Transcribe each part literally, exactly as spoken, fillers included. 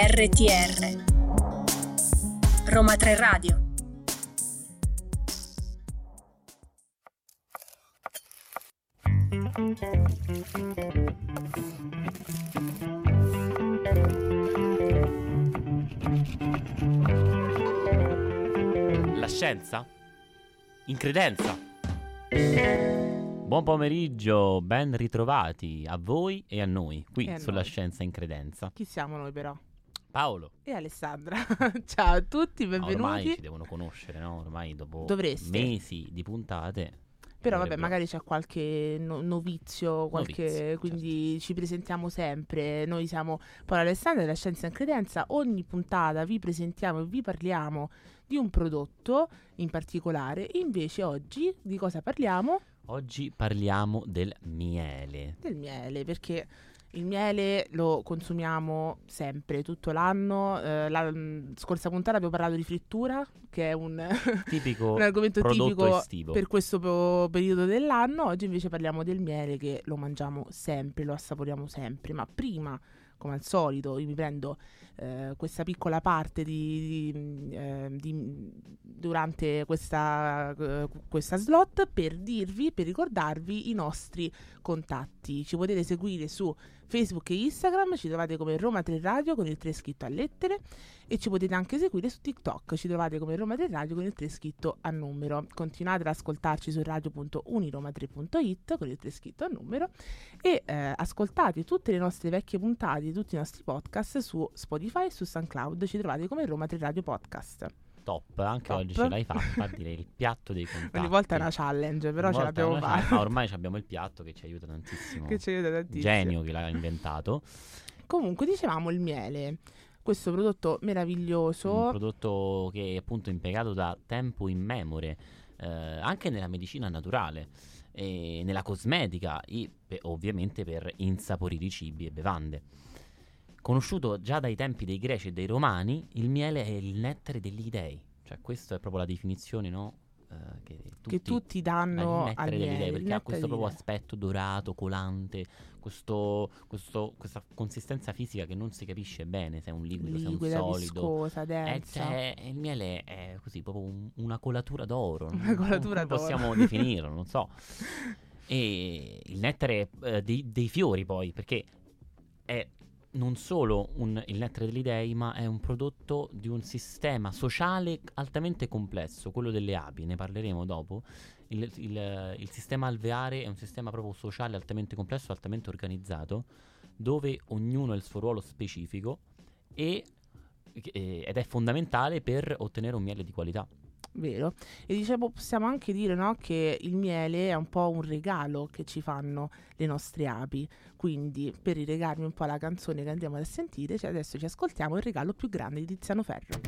R T R Roma tre Radio. La scienza in credenza. Buon pomeriggio, ben ritrovati a voi e a noi qui E a sulla noi. Scienza in credenza. Chi siamo noi però? Paolo. E Alessandra. Ciao a tutti, Ma benvenuti. ormai ci devono conoscere, no? Ormai dopo Dovreste. mesi di puntate. Però vabbè, dovrebbero- magari c'è qualche no- novizio, qualche, Novizio, quindi ci presentiamo sempre. Noi siamo Paolo Alessandra della Scienza in Credenza. Ogni puntata vi presentiamo e vi parliamo di un prodotto in particolare. Invece oggi di cosa parliamo? Oggi parliamo del miele. Del miele, perché il miele lo consumiamo sempre, tutto l'anno. Eh, la mh, scorsa puntata abbiamo parlato di frittura, che è un, Tipico un argomento prodotto tipico estivo. per questo po- periodo dell'anno. Oggi invece parliamo del miele, che lo mangiamo sempre, lo assaporiamo sempre. Ma prima, come al solito, io mi prendo eh, questa piccola parte di, di, eh, di- durante questa, eh, questa slot per dirvi, per ricordarvi i nostri contatti. Ci potete seguire su Facebook e Instagram, ci trovate come Roma tre Radio con il tre scritto a lettere, e ci potete anche seguire su TikTok, ci trovate come Roma tre Radio con il tre scritto a numero. Continuate ad ascoltarci su radio punto uniroma tre punto it con il tre scritto a numero, e eh, ascoltate tutte le nostre vecchie puntate, tutti i nostri podcast su Spotify e su SoundCloud, ci trovate come Roma tre Radio Podcast. Top, anche Top. oggi ce l'hai fatta a dire il piatto dei contatti. Ogni volta è una challenge, però Ogni ce volta è l'abbiamo una challenge, fatta. ma ormai abbiamo il piatto che ci aiuta tantissimo. Che ci aiuta tantissimo. Genio che l'ha inventato. Comunque dicevamo il miele, questo prodotto meraviglioso. Un prodotto che è appunto impiegato da tempo immemore, eh, anche nella medicina naturale, e nella cosmetica e pe- ovviamente per insaporire i cibi e bevande. Conosciuto già dai tempi dei greci e dei romani, il miele è il nettare degli dei. Cioè questa è proprio la definizione, no? Eh, che tutti, che tutti il danno al nettare degli miele, dei, il perché ha nettare questo degli proprio dei. aspetto dorato, colante, questo, questo- questa consistenza fisica che non si capisce bene se è un liquido, se è un Liquida, solido. viscosa, Eh, densa. cioè, il miele è così, proprio un- una colatura d'oro. Una non- colatura come d'oro. possiamo definirlo, non so. E il nettare eh, dei, dei fiori poi, perché è non solo un- il nettare degli dei, ma è un prodotto di un sistema sociale altamente complesso, quello delle api, ne parleremo dopo. Il, il- il sistema alveare è un sistema proprio sociale altamente complesso, altamente organizzato, dove ognuno ha il suo ruolo specifico e, e- ed è fondamentale per ottenere un miele di qualità. Vero? E diciamo, possiamo anche dire, no, che il miele è un po' un regalo che ci fanno le nostre api. Quindi, per rilegarmi un po' alla canzone che andiamo a sentire, cioè adesso ci ascoltiamo il regalo più grande di Tiziano Ferro.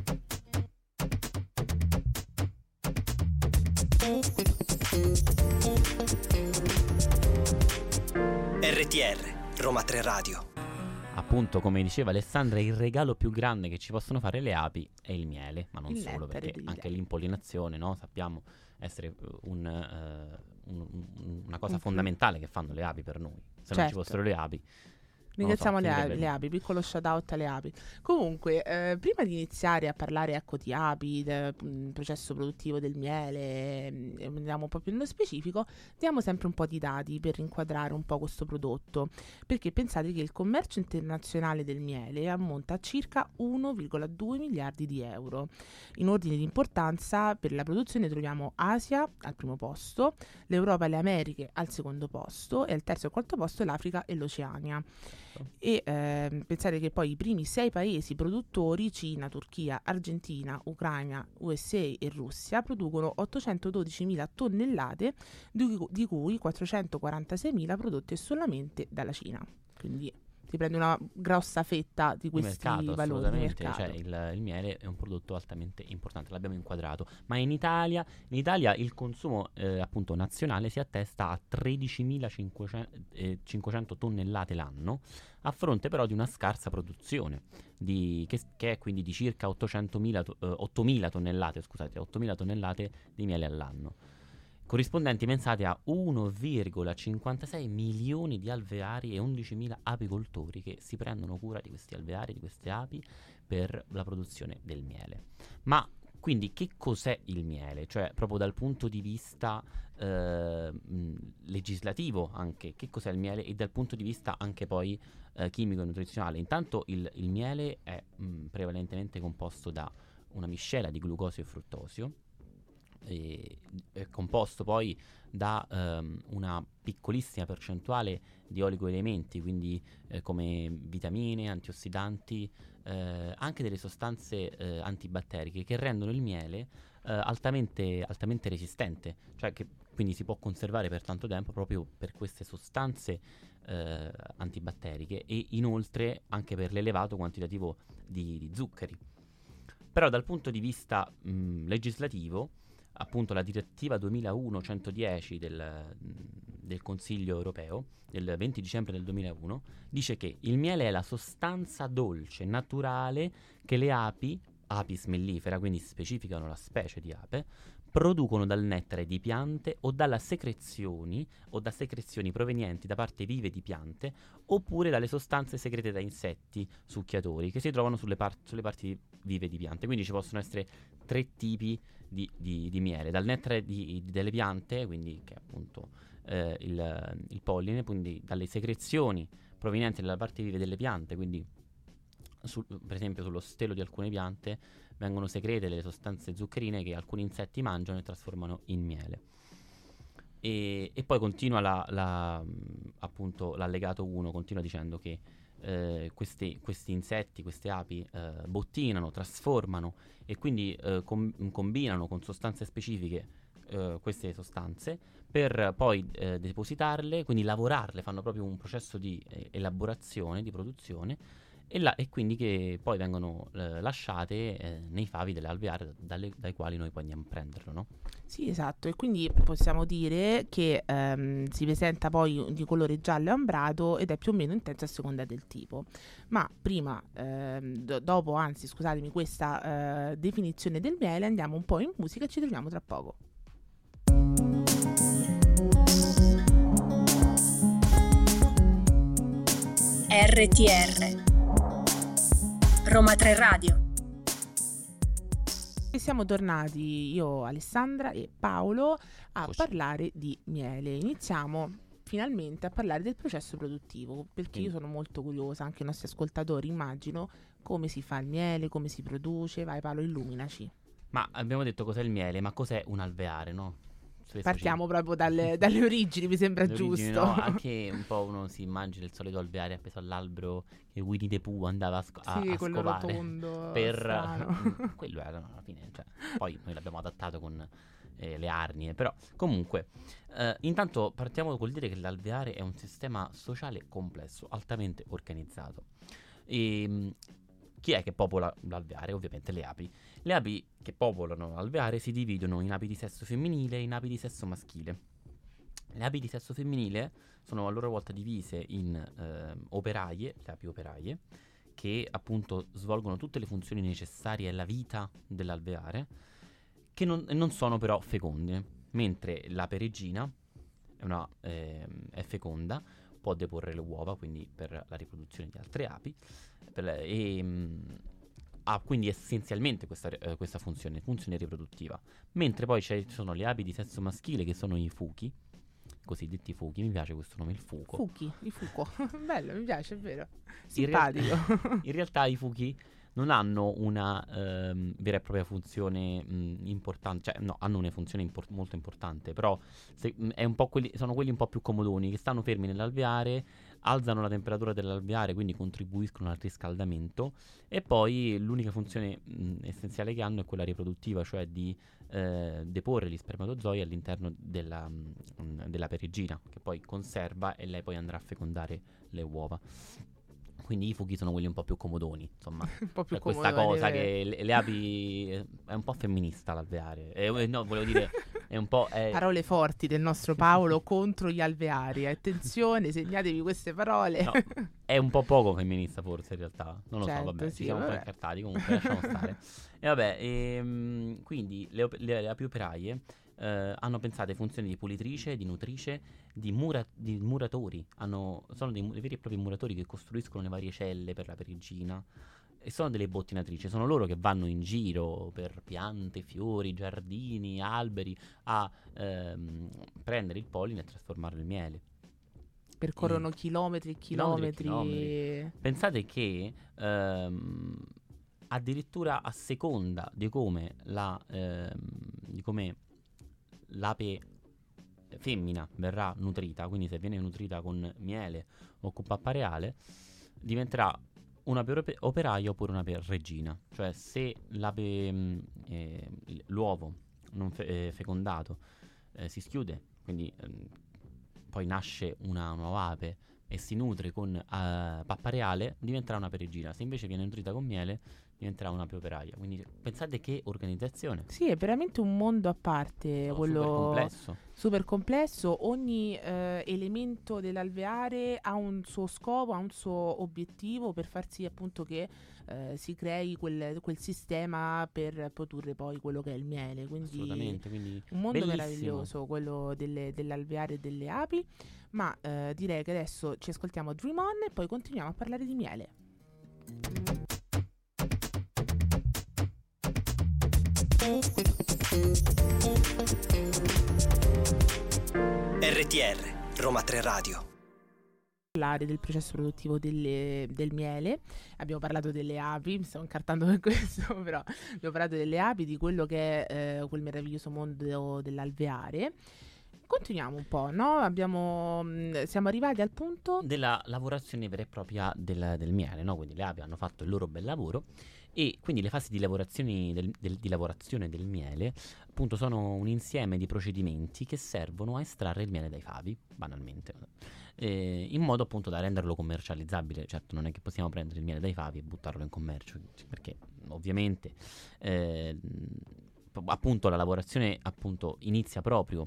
R T R Roma tre Radio. Appunto, come diceva Alessandra, il regalo più grande che ci possono fare le api è il miele, ma non Il solo, nettare perché degli anche dei. l'impollinazione, no? Sappiamo essere eh, un, eh, un- un- una cosa Un flu- fondamentale che fanno le api per noi. Se non ci Certo. fossero le api, Ringraziamo non lo so, le, finirebbe api, lì. le api, piccolo shout out alle api. Comunque, eh, prima di iniziare a parlare, ecco, di api, del mm, processo produttivo del miele, mm, e andiamo un po' più nello specifico, diamo sempre un po' di dati per inquadrare un po' questo prodotto, perché pensate che il commercio internazionale del miele ammonta a circa uno virgola due miliardi di euro. In ordine di importanza, per la produzione troviamo Asia al primo posto, l'Europa e le Americhe al secondo posto, e al terzo e al quarto posto l'Africa e l'Oceania. E ehm, pensate che poi i primi sei paesi produttori, Cina, Turchia, Argentina, Ucraina, U S A e Russia, producono ottocentododicimila tonnellate, di, cu- di cui quattrocentoquarantaseimila prodotte solamente dalla Cina. Quindi si prende una grossa fetta di di questi mercato, valori di assolutamente, mercato. cioè il, il miele è un prodotto altamente importante, l'abbiamo inquadrato, ma in Italia, in Italia il consumo eh, appunto nazionale si attesta a tredicimilacinquecento tonnellate l'anno, a fronte però di una scarsa produzione, di, che, che è quindi di circa ottocentomila, to- eh, ottomila tonnellate, scusate, ottomila tonnellate di miele all'anno. corrispondenti pensate a uno virgola cinquantasei milioni di alveari e undicimila apicoltori che si prendono cura di questi alveari, di queste api per la produzione del miele. Ma quindi che cos'è il miele? Cioè proprio dal punto di vista eh, mh, legislativo anche, che cos'è il miele e dal punto di vista anche poi eh, chimico e nutrizionale. Intanto il, il miele è mh, prevalentemente composto da una miscela di glucosio e fruttosio, e è composto poi da um, una piccolissima percentuale di oligoelementi, quindi eh, come vitamine, antiossidanti, eh, anche delle sostanze eh, antibatteriche che rendono il miele eh, altamente, altamente resistente, cioè che quindi si può conservare per tanto tempo proprio per queste sostanze eh, antibatteriche e inoltre anche per l'elevato quantitativo di, di zuccheri. Però dal punto di vista mh, legislativo, appunto la direttiva duemilauno centodieci del, del Consiglio europeo del venti dicembre del duemilauno dice che il miele è la sostanza dolce naturale che le api, Apis mellifera, quindi specificano la specie di ape, producono dal nettare di piante o dalla secrezioni o da secrezioni provenienti da parti vive di piante oppure dalle sostanze secrete da insetti succhiatori che si trovano sulle, par- sulle parti vive di piante. Quindi ci possono essere tre tipi di, di, di miele: dal nettare di, di, delle piante, quindi che è appunto eh, il, il polline, quindi dalle secrezioni provenienti dalle parti vive delle piante, quindi sul, per esempio sullo stelo di alcune piante vengono secrete le sostanze zuccherine che alcuni insetti mangiano e trasformano in miele. E, e poi continua la, la, appunto l'allegato uno, continua dicendo che eh, questi, questi insetti, queste api eh, bottinano, trasformano e quindi eh, com- combinano con sostanze specifiche eh, queste sostanze per poi eh, depositarle, quindi lavorarle, fanno proprio un processo di eh, elaborazione, di produzione, e, la, e quindi che poi vengono eh, lasciate eh, nei favi delle alveare dalle, dai quali noi poi andiamo a prenderlo, no? Sì, esatto, e quindi possiamo dire che ehm, si presenta poi di colore giallo e ambrato ed è più o meno intenso a seconda del tipo. Ma prima, ehm, do- dopo, anzi scusatemi, questa eh, definizione del miele, andiamo un po' in musica e ci torniamo tra poco. R T R Roma tre Radio. E siamo tornati io, Alessandra e Paolo a Così. parlare di miele. Iniziamo finalmente a parlare del processo produttivo, perché Sì. io sono molto curiosa, anche i nostri ascoltatori immagino, come si fa il miele, come si produce. Vai Paolo, illuminaci. Ma abbiamo detto cos'è il miele, ma cos'è un alveare, no? Questo Partiamo ci- proprio dalle, dalle origini, mi sembra le origini, giusto. no? Anche un po' uno si immagina il solito alveare appeso all'albero che Winnie the Pooh andava a, sc- a, Sì, a quello scovare rotondo, per strano. quello era, no, alla fine, cioè, poi noi l'abbiamo adattato con eh, le arnie, però comunque eh, intanto partiamo col dire che l'alveare è un sistema sociale complesso, altamente organizzato. E mh, chi è che popola l'alveare? Ovviamente le api. Le api che popolano l'alveare si dividono in api di sesso femminile e in api di sesso maschile. Le api di sesso femminile sono a loro volta divise in eh, operaie, le api operaie, che appunto svolgono tutte le funzioni necessarie alla vita dell'alveare, che non, non sono però feconde, mentre l'ape regina è, una, eh, è feconda, può deporre le uova, quindi per la riproduzione di altre api, per la- e mh, ha quindi essenzialmente questa, eh, questa funzione, funzione riproduttiva. Mentre poi ci sono le api di sesso maschile che sono i fuchi, cosiddetti fuchi, mi piace questo nome, il fuco. Fuchi, i fuco. Bello, mi piace, è vero. In real- Simpatico. in realtà i fuchi non hanno una ehm, vera e propria funzione mh, importante, cioè no, hanno una funzione impor- molto importante, però se- mh, è un po' quelli, sono quelli un po' più comodoni, che stanno fermi nell'alveare, alzano la temperatura dell'alveare, quindi contribuiscono al riscaldamento, e poi l'unica funzione mh, essenziale che hanno è quella riproduttiva, cioè di eh, deporre gli spermatozoi all'interno della, mh, della perigina, che poi conserva e lei poi andrà a fecondare le uova. Quindi i fughi sono quelli un po' più comodoni, insomma. Un po' più C'è questa comodone, cosa vero. che le, le api eh, è un po' femminista l'alveare. Eh, eh, no, volevo dire, è un po'... È, Parole forti del nostro Paolo contro gli alveari. Attenzione, segnatevi queste parole. no, è un po' poco femminista forse in realtà. Non lo Certo, so, vabbè, sì, ci siamo un po' vabbè. incartati, comunque lasciamo stare. E vabbè, ehm, quindi le, op- le- le api operaie eh, hanno pensato funzioni di pulitrice, di nutrice, di, mura- di muratori. Hanno, sono dei, mu- dei veri e propri muratori che costruiscono le varie celle per la perigina. E sono delle bottinatrici, sono loro che vanno in giro per piante, fiori, giardini, alberi a ehm, prendere il polline e trasformarlo in miele. Percorrono E- chilometri e chilometri chilometri. e chilometri. Pensate che ehm, addirittura a seconda di come la ehm, di come l'ape femmina verrà nutrita, quindi se viene nutrita con miele o con pappa reale, diventerà una per ope- operaia oppure una per regina. Cioè se l'ape, mh, eh, l- l'uovo non fe- eh, fecondato eh, si schiude, quindi ehm, poi nasce una nuova ape e si nutre con eh, pappa reale, diventerà una per regina. Se invece viene nutrita con miele, diventerà una per operaia. Quindi pensate che organizzazione. Sì, è veramente un mondo a parte, No, quello super complesso. super complesso. Ogni eh, elemento dell'alveare ha un suo scopo, ha un suo obiettivo per far sì appunto che eh, si crei quel, quel sistema per produrre poi quello che è il miele. Quindi Assolutamente. Quindi un mondo bellissimo. meraviglioso, quello delle, dell'alveare e delle api. Ma eh, direi che adesso ci ascoltiamo Dream On e poi continuiamo a parlare di miele. R T R, Roma tre Radio. Parlare del processo produttivo delle- del miele. Abbiamo parlato delle api, mi stavo incartando per questo, però abbiamo parlato delle api, di quello che è eh, quel meraviglioso mondo dell'alveare. Continuiamo un po', no? Abbiamo, mh, siamo arrivati al punto. Della lavorazione vera e propria del, del miele, no? Quindi le api hanno fatto il loro bel lavoro e quindi le fasi di lavorazione del, del- di lavorazione del miele appunto sono un insieme di procedimenti che servono a estrarre il miele dai favi, banalmente, eh, in modo appunto da renderlo commercializzabile. Certo, non è che possiamo prendere il miele dai favi e buttarlo in commercio, perché ovviamente eh, appunto la lavorazione appunto inizia proprio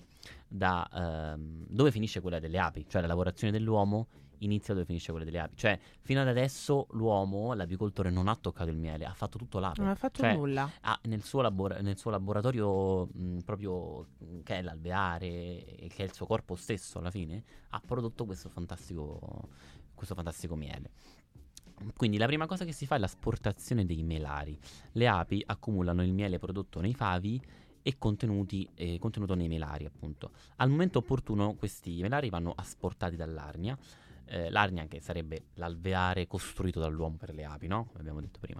da ehm, dove finisce quella delle api, cioè la lavorazione dell'uomo inizia dove finisce quella delle api. Cioè fino ad adesso l'uomo, l'apicoltore, non ha toccato il miele, ha fatto tutto l'ape. Non ha fatto Cioè, nulla. ha nel suo, labora- nel suo laboratorio mh, proprio mh, che è l'alveare e che è il suo corpo stesso alla fine, ha prodotto questo fantastico, questo fantastico miele. Quindi la prima cosa che si fa è l'asportazione dei melari. Le api accumulano il miele prodotto nei favi e contenuti, eh, contenuto nei melari, appunto. Al momento opportuno questi melari vanno asportati dall'arnia, eh, l'arnia che sarebbe l'alveare costruito dall'uomo per le api, no? Come abbiamo detto prima.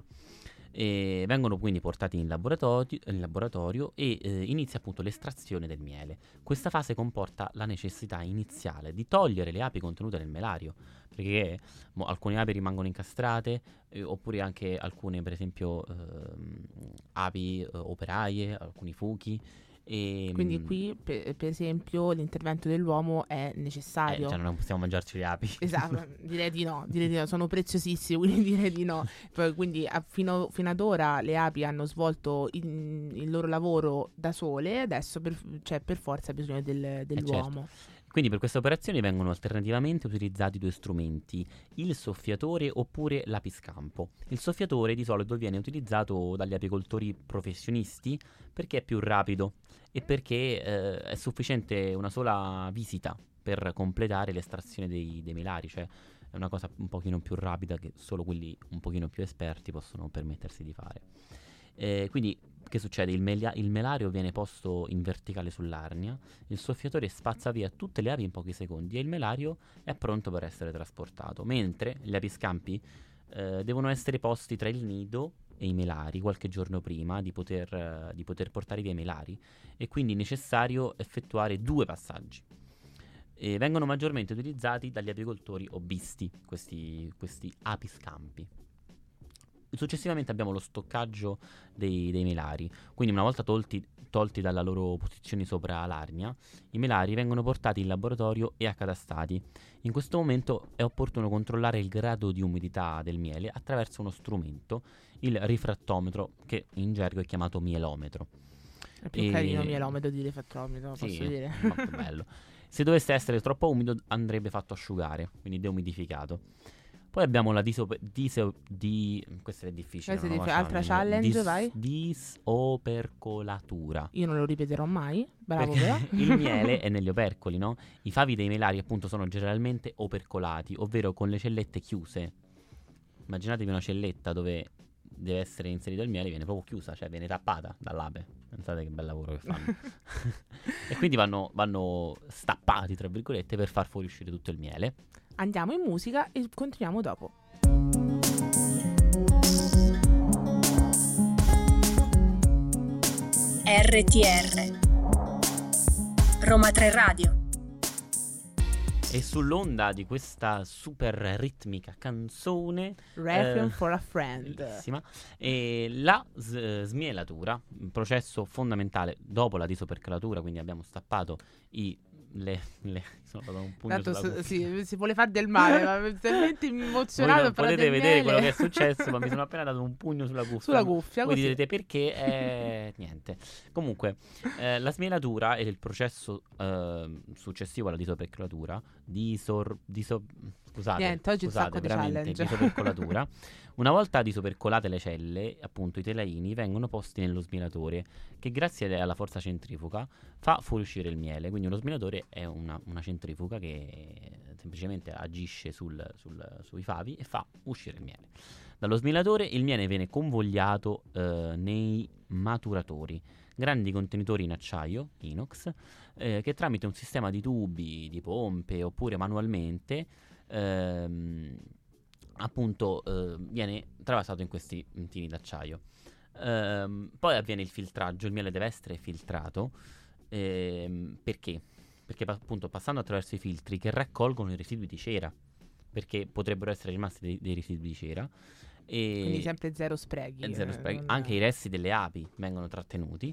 E vengono quindi portati in laboratorio, in laboratorio e eh, inizia appunto l'estrazione del miele. Questa fase comporta la necessità iniziale di togliere le api contenute nel melario, perché mo, alcune api rimangono incastrate, eh, oppure anche alcune, per esempio, ehm, api eh, operaie, alcuni fuchi. E, Quindi mm, qui, per, per esempio, l'intervento dell'uomo è eh, necessario. cioè non possiamo mangiarci le api. Esatto, direi di no, direi di no, sono preziosissimi, quindi direi di no. Poi, quindi a- fino, fino ad ora le api hanno svolto il, il loro lavoro da sole, adesso per, cioè, per forza ha bisogno del- dell'uomo. Quindi per queste operazioni vengono alternativamente utilizzati due strumenti, il soffiatore oppure l'apiscampo. Il soffiatore di solito viene utilizzato dagli apicoltori professionisti perché è più rapido e perché eh, è sufficiente una sola visita per completare l'estrazione dei, dei melari, cioè è una cosa un pochino più rapida che solo quelli un pochino più esperti possono permettersi di fare. Eh, quindi che succede? Il, melia- il melario viene posto in verticale sull'arnia, il soffiatore spazza via tutte le api in pochi secondi e il melario è pronto per essere trasportato, mentre gli apiscampi eh, devono essere posti tra il nido e i melari qualche giorno prima di poter, eh, di poter portare via i melari, e quindi è necessario effettuare due passaggi. E vengono maggiormente utilizzati dagli apicoltori hobbisti questi, questi apiscampi. Successivamente abbiamo lo stoccaggio dei, dei melari, quindi una volta tolti, tolti dalla loro posizione sopra l'arnia, i melari vengono portati in laboratorio e accatastati. In questo momento è opportuno controllare il grado di umidità del miele attraverso uno strumento, il rifrattometro, che in gergo è chiamato mielometro. È più E- carino mielometro di rifrattometro, Sì, posso dire. molto bello. Se dovesse essere troppo umido andrebbe fatto asciugare, quindi deumidificato. Poi abbiamo la diso, diso, di questo è difficile. Questo è non lo difficile. Altra facciamo, challenge, dis, vai. Disopercolatura. Io non lo ripeterò mai. Bravo, Perché però. il miele è negli opercoli, no? I favi dei melari appunto sono generalmente opercolati, ovvero con le cellette chiuse. Immaginatevi una celletta dove deve essere inserito il miele, viene proprio chiusa, cioè viene tappata dall'ape. Pensate che bel lavoro che fanno. E quindi vanno, vanno stappati, tra virgolette, per far fuoriuscire tutto il miele. Andiamo in musica e continuiamo dopo. R T R Roma tre Radio. E sull'onda di questa super ritmica canzone Requiem eh, for a Friend. bellissima, e la s- smielatura, un processo fondamentale dopo la disopercolatura, quindi abbiamo stappato i le, le sono dato un pugno Tanto sulla so- cuffia. sì, si vuole fare del male, ma è talmente Voi emozionato non a parlare potete del vedere miele. quello che è successo, ma mi sono appena dato un pugno sulla cuffia. Sulla cuffia, Voi così. direte perché? Eh, niente. Comunque, eh, la smielatura è il processo eh, successivo alla disopercolatura. Disor, diso, scusate, Niente, oggi un scusate, sacco di veramente, challenge. disopercolatura. Una volta disopercolate le celle, appunto i telaini, vengono posti nello smilatore, che grazie alla forza centrifuga fa fuoriuscire il miele. Quindi uno smilatore è una, una centrifuga che semplicemente agisce sul, sul, sui favi e fa uscire il miele. Dallo smilatore il miele viene convogliato eh, nei maturatori, grandi contenitori in acciaio, inox, eh, che tramite un sistema di tubi, di pompe oppure manualmente ehm, appunto eh, viene travasato in questi tini d'acciaio. Ehm, poi avviene il filtraggio, il miele deve essere filtrato. Ehm, perché? Perché pa- appunto passando attraverso i filtri che raccolgono i residui di cera, perché potrebbero essere rimasti dei, dei residui di cera. E Quindi sempre zero sprechi. e zero eh, sprechi. non- Anche i resti delle api vengono trattenuti.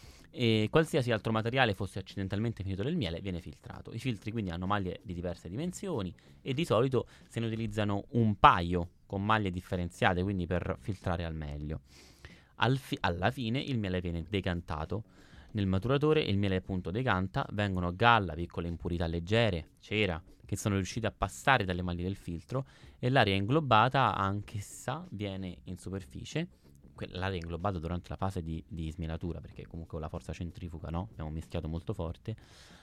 E qualsiasi altro materiale fosse accidentalmente finito nel miele viene filtrato. I filtri quindi hanno maglie di diverse dimensioni e di solito se ne utilizzano un paio con maglie differenziate, quindi per filtrare al meglio. Al fi- alla fine il miele viene decantato nel maturatore, il miele appunto decanta, vengono a galla piccole impurità leggere, cera, che sono riuscite a passare dalle maglie del filtro e l'aria inglobata anch'essa viene in superficie. Que- L'aria inglobata durante la fase di, di smielatura, perché comunque con la forza centrifuga, no? Abbiamo mischiato molto forte.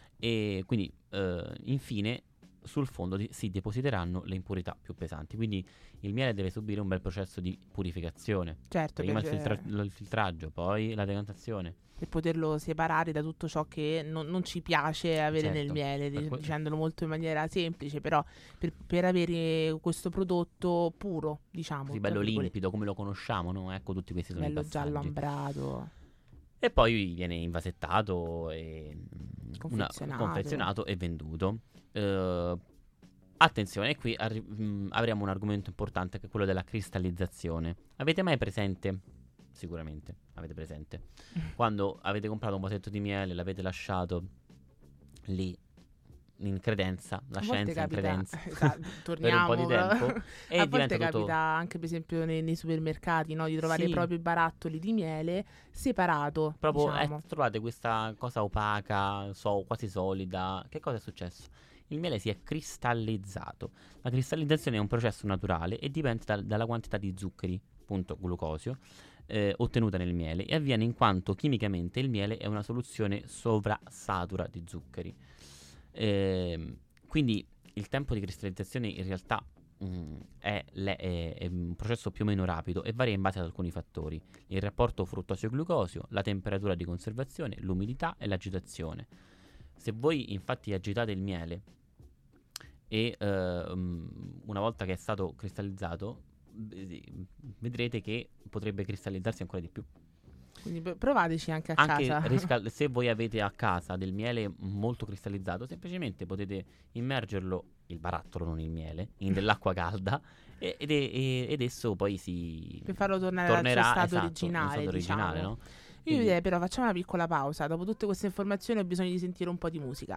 E quindi eh, infine sul fondo di- si depositeranno le impurità più pesanti. Quindi il miele deve subire un bel processo di purificazione. Certo, Prima il, per, filtra- il filtraggio, poi la decantazione. per poterlo separare da tutto ciò che non, non ci piace avere Certo, nel miele, per di- que- dicendolo molto in maniera semplice, però per, per avere questo prodotto puro, diciamo. Così tra bello virgolette, limpido come lo conosciamo, no? Ecco, tutti questi sono i bello passaggi. giallo ambrato. E poi viene invasettato e mm, una- Confezionato. confezionato e venduto. Eh, attenzione, qui arri- mm, avremo un argomento importante che è quello della cristallizzazione. Avete mai presente? Sicuramente avete presente quando avete comprato un vasetto di miele, l'avete lasciato lì in credenza, la A volte scienza in capita- credenza esatto, per un torniamo po' di tempo e a volte diventa capita tutto anche per esempio nei, nei supermercati, no? Di trovare Sì. proprio i barattoli di miele separato, proprio diciamo. eh, trovate questa cosa opaca, so, quasi solida. Che cosa è successo? Il miele si è cristallizzato. La cristallizzazione è un processo naturale e dipende dal- dalla quantità di zuccheri, appunto glucosio, eh, ottenuta nel miele, e avviene in quanto chimicamente il miele è una soluzione sovrasatura di zuccheri. Ehm, quindi il tempo di cristallizzazione in realtà mm, è, le- è- è un processo più o meno rapido e varia in base ad alcuni fattori: il rapporto fruttosio-glucosio, la temperatura di conservazione, l'umidità e l'agitazione. Se voi infatti agitate il miele e ehm, una volta che è stato cristallizzato, v- vedrete che potrebbe cristallizzarsi ancora di più. Quindi p- provateci anche a Anche casa. riscal- se voi avete a casa del miele molto cristallizzato, semplicemente potete immergerlo, il barattolo, non il miele, in dell'acqua calda e- ed, e- ed esso poi si Per farlo tornare tornerà al suo stato esatto, originale, nel stato originale, diciamo. no? Io Quindi- direi però facciamo una piccola pausa. Dopo tutte queste informazioni ho bisogno di sentire un po' di musica.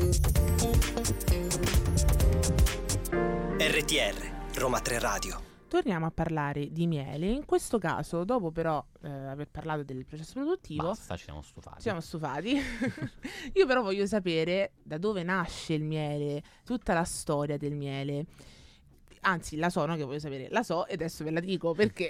R T R Roma tre Radio. torniamo a parlare di miele. In questo caso, dopo però eh, aver parlato del processo produttivo, Basta, ci siamo stufati. ci siamo stufati. Io però voglio sapere da dove nasce il miele, tutta la storia del miele. Anzi, la so, no che voglio sapere, la so e adesso ve la dico perché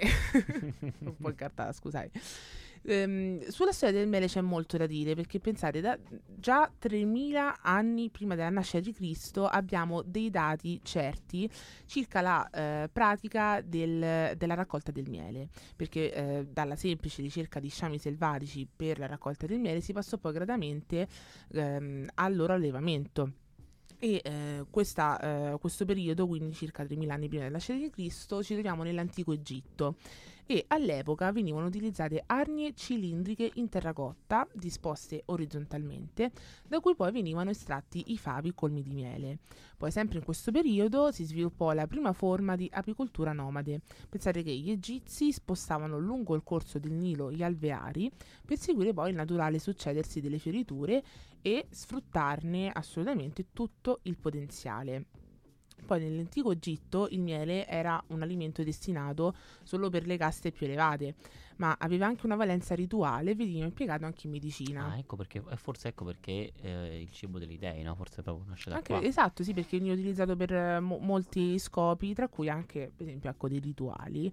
un po' incartata, scusate. Ehm, sulla storia del miele c'è molto da dire, perché pensate, da già tremila anni prima della nascita di Cristo abbiamo dei dati certi circa la eh, pratica del- della raccolta del miele, perché eh, dalla semplice ricerca di sciami selvatici per la raccolta del miele si passò poi gradualmente ehm, al loro allevamento. E eh, questa, eh, questo periodo, quindi circa tremila anni prima della nascita di Cristo, ci troviamo nell'antico Egitto e all'epoca venivano utilizzate arnie cilindriche in terracotta disposte orizzontalmente, da cui poi venivano estratti i favi colmi di miele. Poi sempre in questo periodo si sviluppò la prima forma di apicoltura nomade. Pensate che gli egizi spostavano lungo il corso del Nilo gli alveari per seguire poi il naturale succedersi delle fioriture e sfruttarne assolutamente tutto il potenziale. Poi nell'antico Egitto il miele era un alimento destinato solo per le caste più elevate, ma aveva anche una valenza rituale e veniva impiegato anche in medicina. Ah, ecco perché, eh, forse ecco perché eh, il cibo degli dei, no? Forse proprio nasce da Anche- qua. esatto, sì, perché veniva utilizzato per eh, mo- molti scopi, tra cui anche, per esempio, ecco, dei rituali.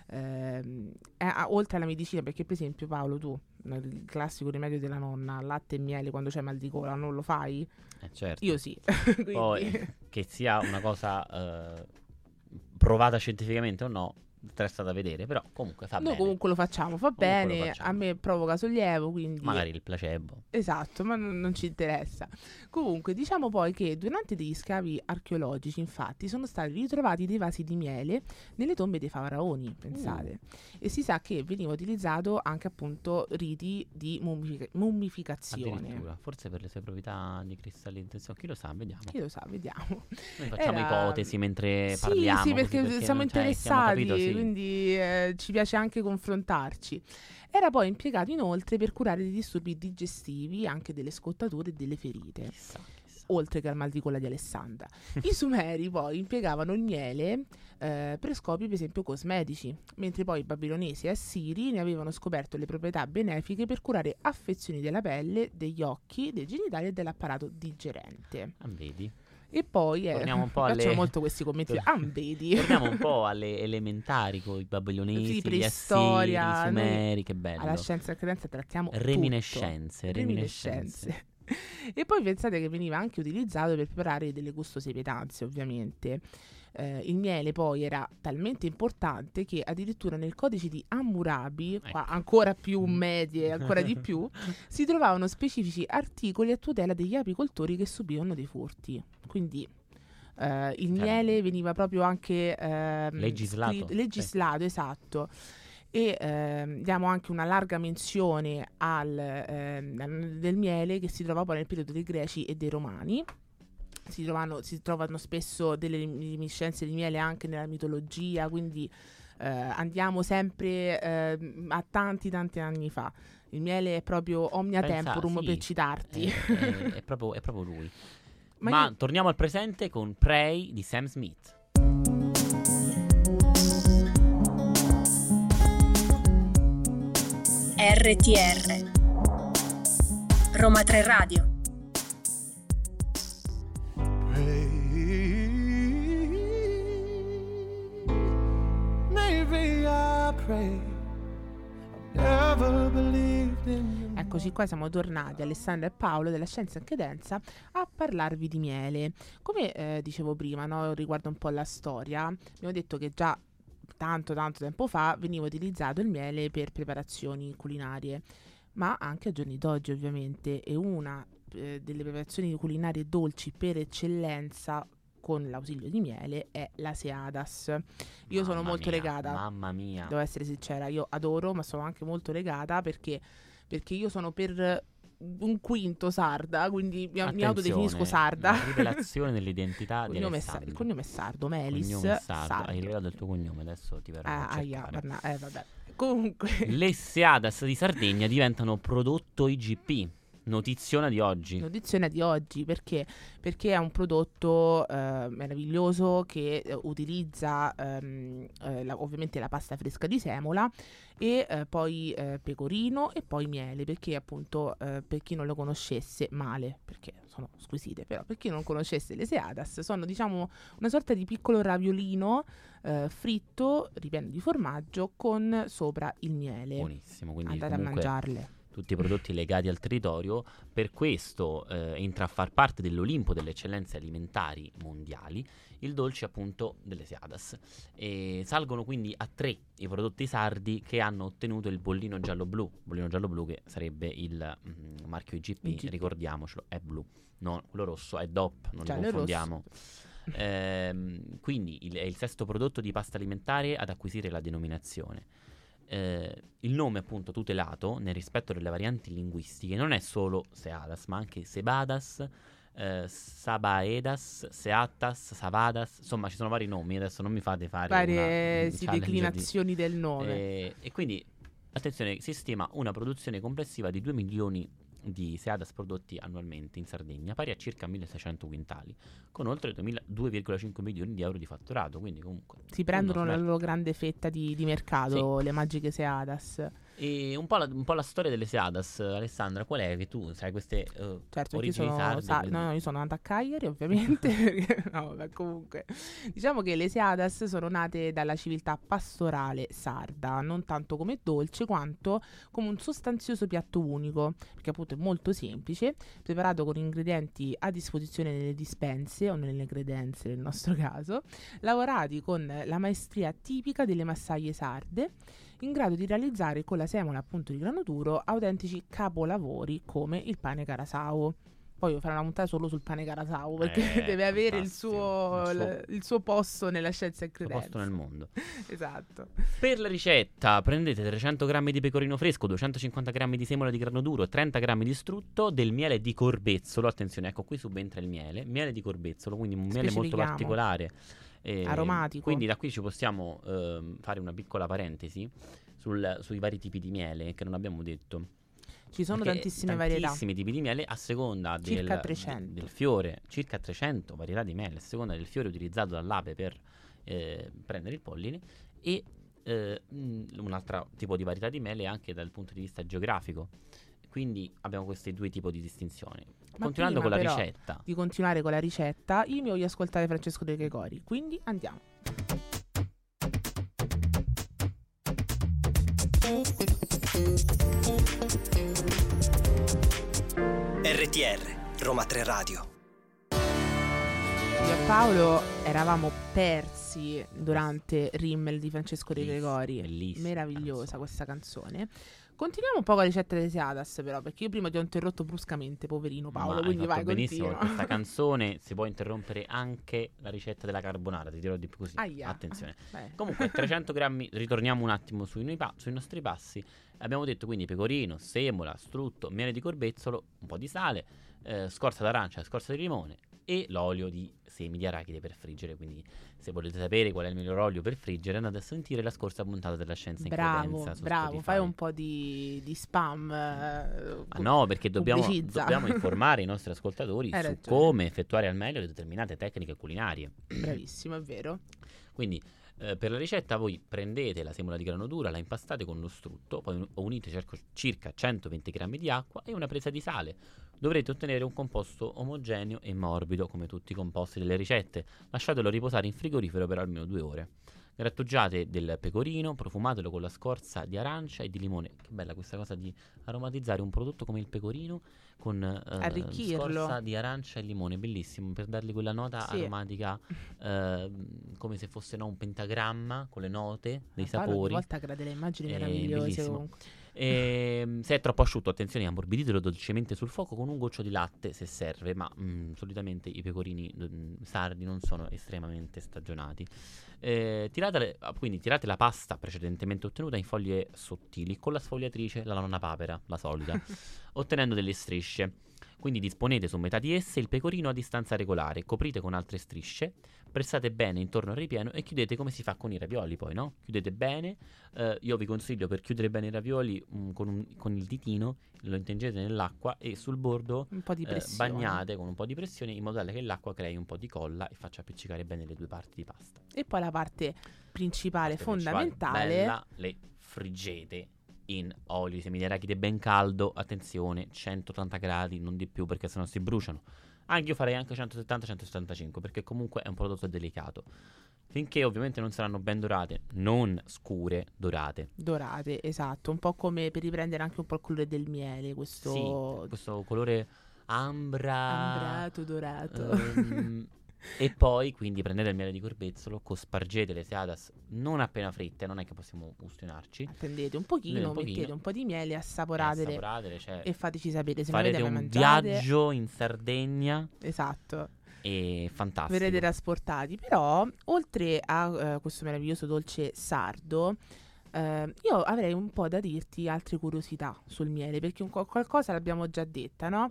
Ehm, eh, ah, oltre alla medicina, perché per esempio Paolo, tu eh, il classico rimedio della nonna, latte e miele quando c'è mal di gola, non lo fai? Eh, certo. Io sì. Quindi- Poi, che sia una cosa eh, provata scientificamente o no, resta da vedere, però comunque fa Noi bene. comunque lo facciamo, fa Comunque lo bene, facciamo. a me provoca sollievo, quindi Magari il placebo. esatto, ma non, non ci interessa. Comunque, diciamo poi che durante degli scavi archeologici, infatti, sono stati ritrovati dei vasi di miele nelle tombe dei faraoni, pensate. E si sa che veniva utilizzato anche appunto riti di mummific- mummificazione. Addirittura, forse per le sue proprietà di cristallizzazione. Chi lo sa, vediamo. Chi lo sa, vediamo. Noi facciamo Era- ipotesi mentre Sì, parliamo. sì, così, perché, siamo non- cioè, interessati, siamo capito, sì. quindi eh, ci piace anche confrontarci. Era poi impiegato inoltre per curare dei disturbi digestivi, anche delle scottature e delle ferite, Chissà, chissà. oltre che al mal di gola di Alessandra. I Sumeri poi impiegavano il miele eh, per scopi per esempio cosmetici, mentre poi i babilonesi e assiri ne avevano scoperto le proprietà benefiche per curare affezioni della pelle, degli occhi, dei genitali e dell'apparato digerente. Ah, vedi? E poi eh, Torniamo un po' mi piacciono alle- molto questi commenti. Tor- Ah, vedi? Torniamo un po' alle elementari con i babilonesi, Sì, gli preistoria, assiri, i noi sumeri, che bello. Alla scienza e credenza trattiamo Reminiscenze, tutto. reminiscenze. E poi pensate che veniva anche utilizzato per preparare delle gustose pietanze, ovviamente. Eh, il miele poi era talmente importante che addirittura nel codice di Hammurabi, qua Ecco. ancora più medie, ancora di più, si trovavano specifici articoli a tutela degli apicoltori che subivano dei furti. Quindi eh, il miele veniva proprio anche ehm, Legislato, scritto- sì. legislato, esatto. E ehm, diamo anche una larga menzione al, ehm, del miele che si trova poi nel periodo dei Greci e dei Romani. Si trovano, si trovano spesso delle reminiscenze di miele anche nella mitologia, quindi eh, andiamo sempre eh, a tanti tanti anni fa. Il miele è proprio omnia Pensa, temporum, sì, per citarti. È, è- è proprio, è proprio lui. Ma Ma io- torniamo al presente con Prey di Sam Smith. R T R Roma tre Radio. Maybe I pray I've never believed in you. Eccoci qua, siamo tornati, Alessandra e Paolo della Scienza in Credenza, a parlarvi di miele. Come eh, dicevo prima, no, riguardo un po' la storia, abbiamo detto che già tanto tanto tempo fa veniva utilizzato il miele per preparazioni culinarie, ma anche a giorni d'oggi ovviamente, e una eh, delle preparazioni culinarie dolci per eccellenza con l'ausilio di miele è la seadas. Io sono Mamma molto mia, legata, Mamma mia. devo essere sincera, io adoro, ma sono anche molto legata perché, perché io sono per un quinto sarda, quindi mi, mi autodefinisco sarda. La rivelazione dell'identità Il di cognome, è sa- Alessandro. il cognome è sardo, Melis Cognome è sardo. Sardo. Hai rivelato il tuo cognome, adesso ti verrò Ah, a aia, cercare. guarda, eh, vabbè. Comunque, Le Seadas di Sardegna diventano prodotto I G P Notiziona di oggi. Notizione di oggi, perché? Perché è un prodotto eh, meraviglioso che eh, utilizza ehm, eh, la- ovviamente la pasta fresca di semola e eh, poi eh, pecorino e poi miele, perché appunto eh, per chi non lo conoscesse male, perché sono squisite, però per chi non conoscesse le Seadas sono diciamo una sorta di piccolo raviolino eh, fritto, ripieno di formaggio con sopra il miele. Buonissimo, quindi Andate a comunque mangiarle. tutti i prodotti legati al territorio. Per questo eh, entra a far parte dell'Olimpo delle eccellenze alimentari mondiali il dolce appunto delle Seadas. E salgono quindi a tre i prodotti sardi che hanno ottenuto il bollino giallo-blu. Bollino giallo-blu che sarebbe il mm, marchio I G P, I G P. ricordiamocelo, è blu. No, quello rosso è D O P, non Giallo li e confondiamo. Ehm, quindi il- è il sesto prodotto di pasta alimentare ad acquisire la denominazione. Eh, il nome appunto tutelato nel rispetto delle varianti linguistiche non è solo Seadas ma anche Sebadas, eh, Sabaedas, Seatas, Savadas, insomma ci sono vari nomi, adesso non mi fate fare Varie una, sì, challenge declinazioni del di, nome. eh, e quindi attenzione, si stima una produzione complessiva di due milioni di Seadas prodotti annualmente in Sardegna, pari a circa milleseicento quintali, con oltre duemila due virgola cinque milioni di euro di fatturato, quindi comunque Si prendono uno la smer- loro grande fetta di, di mercato, le magiche Seadas. E un po' la, un po' la storia delle Seadas, Alessandra, qual è che tu sai queste eh, Certo, perché io origini sono, sarde? sa- quelle- no, no, io sono nata a Cagliari, ovviamente. perché- no, vabbè, comunque, diciamo che le Seadas sono nate dalla civiltà pastorale sarda, non tanto come dolce quanto come un sostanzioso piatto unico, perché appunto è molto semplice, preparato con ingredienti a disposizione nelle dispense o nelle credenze nel nostro caso, lavorati con la maestria tipica delle massaie sarde, in grado di realizzare con la semola appunto di grano duro autentici capolavori come il pane carasau. Poi io farò una puntata solo sul pane carasau perché Eh, deve avere il fantastico. suo, Il suo- l- il suo posto nella scienza e suo credenza. posto nel mondo. Esatto. Per la ricetta prendete trecento grammi di pecorino fresco, duecentocinquanta grammi di semola di grano duro, trenta grammi di strutto, del miele di corbezzolo. Attenzione, ecco qui subentra il miele, miele di corbezzolo, quindi un miele molto Specifichiamo. particolare. eh, Aromatico. Quindi da qui ci possiamo ehm, fare una piccola parentesi sul- sui vari tipi di miele che non abbiamo detto. Ci sono Perché tantissime varietà. tantissimi tipi di miele a seconda del, Circa trecento. del fiore, circa trecento varietà di miele a seconda del fiore utilizzato dall'ape per eh, prendere il polline e eh, mh, un altro tipo di varietà di miele anche dal punto di vista geografico. Quindi abbiamo questi due tipi di distinzioni. Ma Continuando con prima, la però, ricetta, Di continuare con la ricetta, io mi voglio ascoltare Francesco De Gregori, quindi andiamo. R T R, Roma tre Radio. Io e Paolo eravamo persi durante Rimmel di Francesco De Bellissima, Gregori. bellissima Meravigliosa canzone. questa canzone. Continuiamo un po' con la ricetta delle Seadas, però, perché io prima ti ho interrotto bruscamente, poverino Paolo. ma hai quindi fatto vai, benissimo continua. con questa canzone si può interrompere anche la ricetta della carbonara, ti dirò di più così. Aia. Attenzione. Beh. Comunque trecento grammi, ritorniamo un attimo sui, noi pa- sui nostri passi. Abbiamo detto quindi pecorino, semola, strutto, miele di corbezzolo, un po' di sale, eh, scorza d'arancia, scorza di limone e l'olio di semi di arachide per friggere. Quindi se volete sapere qual è il miglior olio per friggere andate a sentire la scorsa puntata della Scienza in Bravo, Credenza su bravo, Spotify. fai un po' di, di spam. eh, Ma no, perché dobbiamo, pubblicizza. dobbiamo informare i nostri ascoltatori Hai su ragione. come effettuare al meglio determinate tecniche culinarie. Bravissimo, è vero. Quindi eh, per la ricetta voi prendete la semola di grano dura, la impastate con lo strutto, poi un- unite circa, circa centoventi grammi di acqua e una presa di sale. Dovrete ottenere un composto omogeneo e morbido come tutti i composti delle ricette. Lasciatelo riposare in frigorifero per almeno due ore. Grattugiate del pecorino, profumatelo con la scorza di arancia e di limone. Che bella questa cosa di aromatizzare un prodotto come il pecorino con eh, Arricchirlo. scorza di arancia e limone, bellissimo, per dargli quella nota Sì. aromatica eh, come se fosse no, un pentagramma con le note dei Paolo ogni sapori. volta crea delle immagini Eh, meravigliose bellissimo. comunque. E, se è troppo asciutto, attenzione, ammorbiditelo dolcemente sul fuoco con un goccio di latte se serve, ma mm, solitamente i pecorini mm, sardi non sono estremamente stagionati. Eh, tirate, ah, quindi tirate la pasta precedentemente ottenuta in foglie sottili con la sfogliatrice, la nonna papera, la solita, ottenendo delle strisce. Quindi disponete su metà di esse il pecorino a distanza regolare, coprite con altre strisce, pressate bene intorno al ripieno e chiudete come si fa con i ravioli poi, no? Chiudete bene, eh, io vi consiglio per chiudere bene i ravioli um, con, un, con il ditino, lo intingete nell'acqua e sul bordo Un po' di eh, pressione. bagnate con un po' di pressione in modo tale che l'acqua crei un po' di colla e faccia appiccicare bene le due parti di pasta. E poi la parte principale, Parte principale, fondamentale, bella, le friggete in olio di semi di arachide ben caldo, attenzione, centottanta gradi, non di più perché sennò si bruciano. Anche io farei anche centosettanta centosettantacinque perché comunque è un prodotto delicato. Finché ovviamente non saranno ben dorate, non scure, dorate. dorate, esatto, un po' come per riprendere anche un po' il colore del miele, questo Sì, questo colore ambra. ambrato, dorato. ehm, e poi quindi prendete il miele di corbezzolo, cospargete le seadas non appena fritte, non è che possiamo ustionarci. Attendete un pochino, un pochino. mettete un po' di miele, assaporatele Assaporatele, cioè e fateci sapere se farete non un avete mai mangiate. viaggio in Sardegna Esatto, e fantastico. verrete trasportati. Però, oltre a eh, questo meraviglioso dolce sardo, eh, io avrei un po' da dirti altre curiosità sul miele, perché un, qual- qualcosa l'abbiamo già detta, no?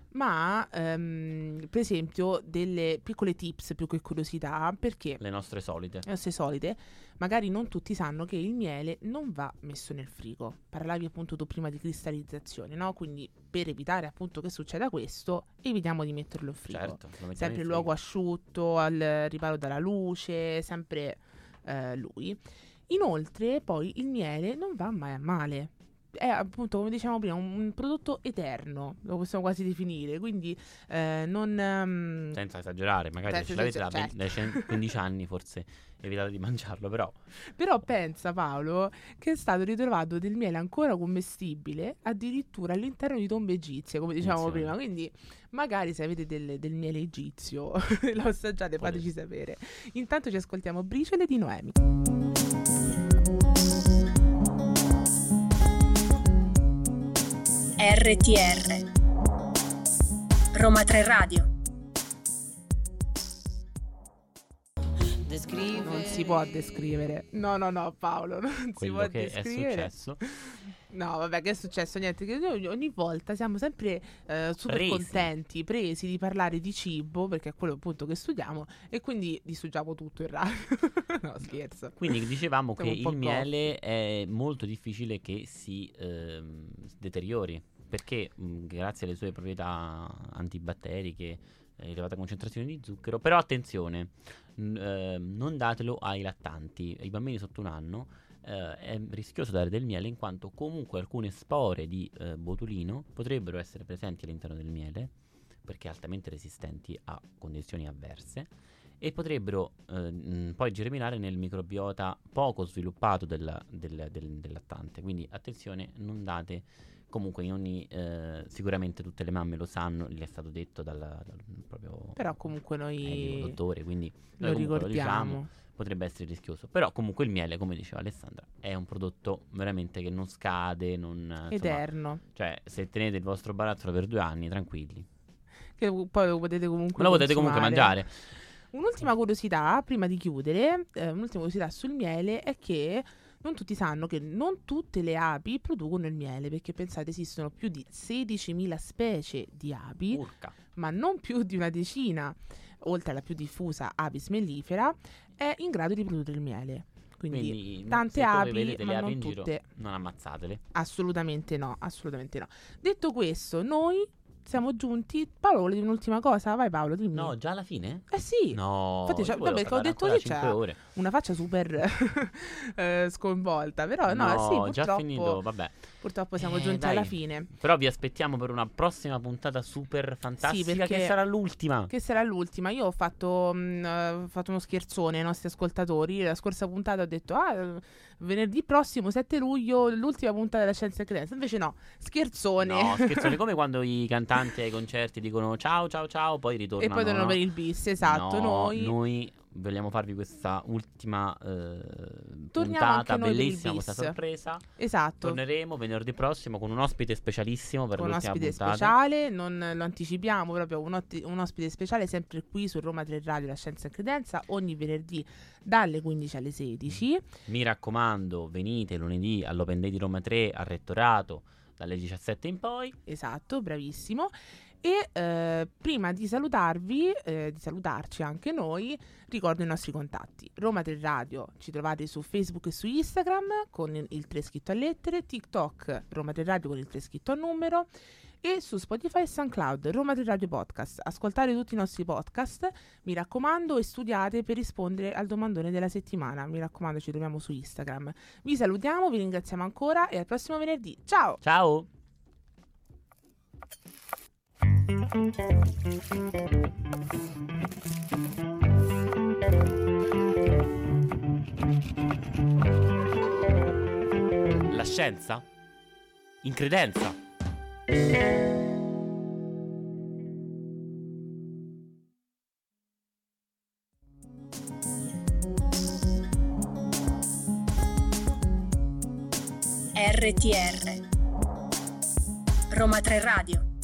Ma, ehm, per esempio, delle piccole tips più che curiosità, perché Le nostre solite. le nostre solite, magari non tutti sanno che il miele non va messo nel frigo. Parlavi appunto tu prima di cristallizzazione, no? Quindi per evitare appunto che succeda questo, evitiamo di metterlo in frigo. Certo, lo mettiamo Sempre in in luogo frigo. asciutto, al riparo dalla luce, sempre eh, lui. Inoltre, poi il miele non va mai a male. È appunto, come dicevamo prima, un, un prodotto eterno, lo possiamo quasi definire. Quindi eh, non. ehm, Senza esagerare, magari Senza ce l'avete da esagerare, venti- dai cen- quindici anni forse evitate di mangiarlo, però Però pensa, Paolo, che è stato ritrovato del miele ancora commestibile addirittura all'interno di tombe egizie, come dicevamo Attenzione. prima. Quindi magari se avete del, del miele egizio lo assaggiate, Volete. fateci sapere. Intanto ci ascoltiamo Briciole di Noemi. R T R Roma tre Radio. Non si può descrivere. No, no, no, Paolo, non si quello può che è descrivere. successo. No, vabbè, che è successo? Niente, che noi ogni volta siamo sempre eh, super Presi. contenti, presi di parlare di cibo, perché è quello appunto che studiamo, e quindi distruggiamo tutto in radio. No, scherzo. Quindi dicevamo che Siamo un po' il miele è molto difficile che si ehm, deteriori perché mh, grazie alle sue proprietà antibatteriche, eh, elevata concentrazione di zucchero. Però attenzione, n- ehm, non datelo ai lattanti, ai bambini sotto un anno. eh, è rischioso dare del miele in quanto comunque alcune spore di eh, botulino potrebbero essere presenti all'interno del miele perché altamente resistenti a condizioni avverse e potrebbero eh, mh, poi germinare nel microbiota poco sviluppato del, del- del- del lattante. Quindi attenzione, non date comunque in ogni eh, sicuramente tutte le mamme lo sanno, gli è stato detto dal, dal proprio Però comunque noi medico, dottore, quindi lo noi comunque lo ricordiamo. diciamo, potrebbe essere rischioso. Però comunque il miele, come diceva Alessandra, è un prodotto veramente che non scade, non insomma, Eterno. cioè se tenete il vostro barattolo per due anni, tranquilli, Che poi lo potete comunque lo potete comunque consumare. mangiare. Un'ultima curiosità, prima di chiudere, eh, un'ultima curiosità sul miele è che non tutti sanno che non tutte le api producono il miele, perché pensate esistono più di sedicimila specie di api, Urca. ma non più di una decina, oltre alla più diffusa Apis mellifera, è in grado di produrre il miele. Quindi, Quindi n- tante se voi api, vedete ma le api non in giro, tutte. non ammazzatele. Assolutamente no, assolutamente no. Detto questo, noi siamo giunti. Paolo, volevi un'ultima cosa? Vai Paolo, dimmi. No, già alla fine? Eh sì, No, Infatti, io cioè, volevo vabbè, che ho parlare detto ancora così, cinque cioè, ore. una faccia super eh, sconvolta, però no, No, sì, già purtroppo, finito, vabbè. purtroppo siamo Eh, giunti dai. alla fine. Però vi aspettiamo per una prossima puntata super fantastica perché- che sarà l'ultima. Che sarà l'ultima. Io ho fatto, mh, eh, ho fatto uno scherzone ai nostri ascoltatori. La scorsa puntata ho detto: Ah, eh, venerdì prossimo, sette luglio, l'ultima puntata della Scienza e Credenza. Invece no, scherzone. No, scherzone, come quando i cantanti ai concerti dicono ciao ciao ciao, poi ritornano. E poi tornano no? per il bis, esatto. No, noi, vogliamo farvi questa ultima eh, Torniamo anche puntata noi per il bellissima, questa bis. sorpresa. esatto. Torneremo venerdì prossimo con un ospite specialissimo per Con un l'ultima ospite puntata. speciale, non lo anticipiamo, proprio un, otti- un ospite speciale sempre qui su Roma tre Radio, la Scienza e Credenza, ogni venerdì dalle quindici alle sedici. Mi raccomando, venite lunedì all'Open Day di Roma tre al Rettorato dalle diciassette in poi. Esatto, bravissimo. E eh, prima di salutarvi, eh, di salutarci anche noi, ricordo i nostri contatti. Roma tre Radio ci trovate su Facebook e su Instagram con il tre scritto a lettere, TikTok Roma tre Radio con il tre scritto a numero, e su Spotify e SoundCloud Roma tre Radio Podcast. Ascoltate tutti i nostri podcast, mi raccomando, e studiate per rispondere al domandone della settimana. Mi raccomando, ci troviamo su Instagram. Vi salutiamo, vi ringraziamo ancora e al prossimo venerdì. Ciao! Ciao! La scienza? In credenza? R T R Roma tre Radio.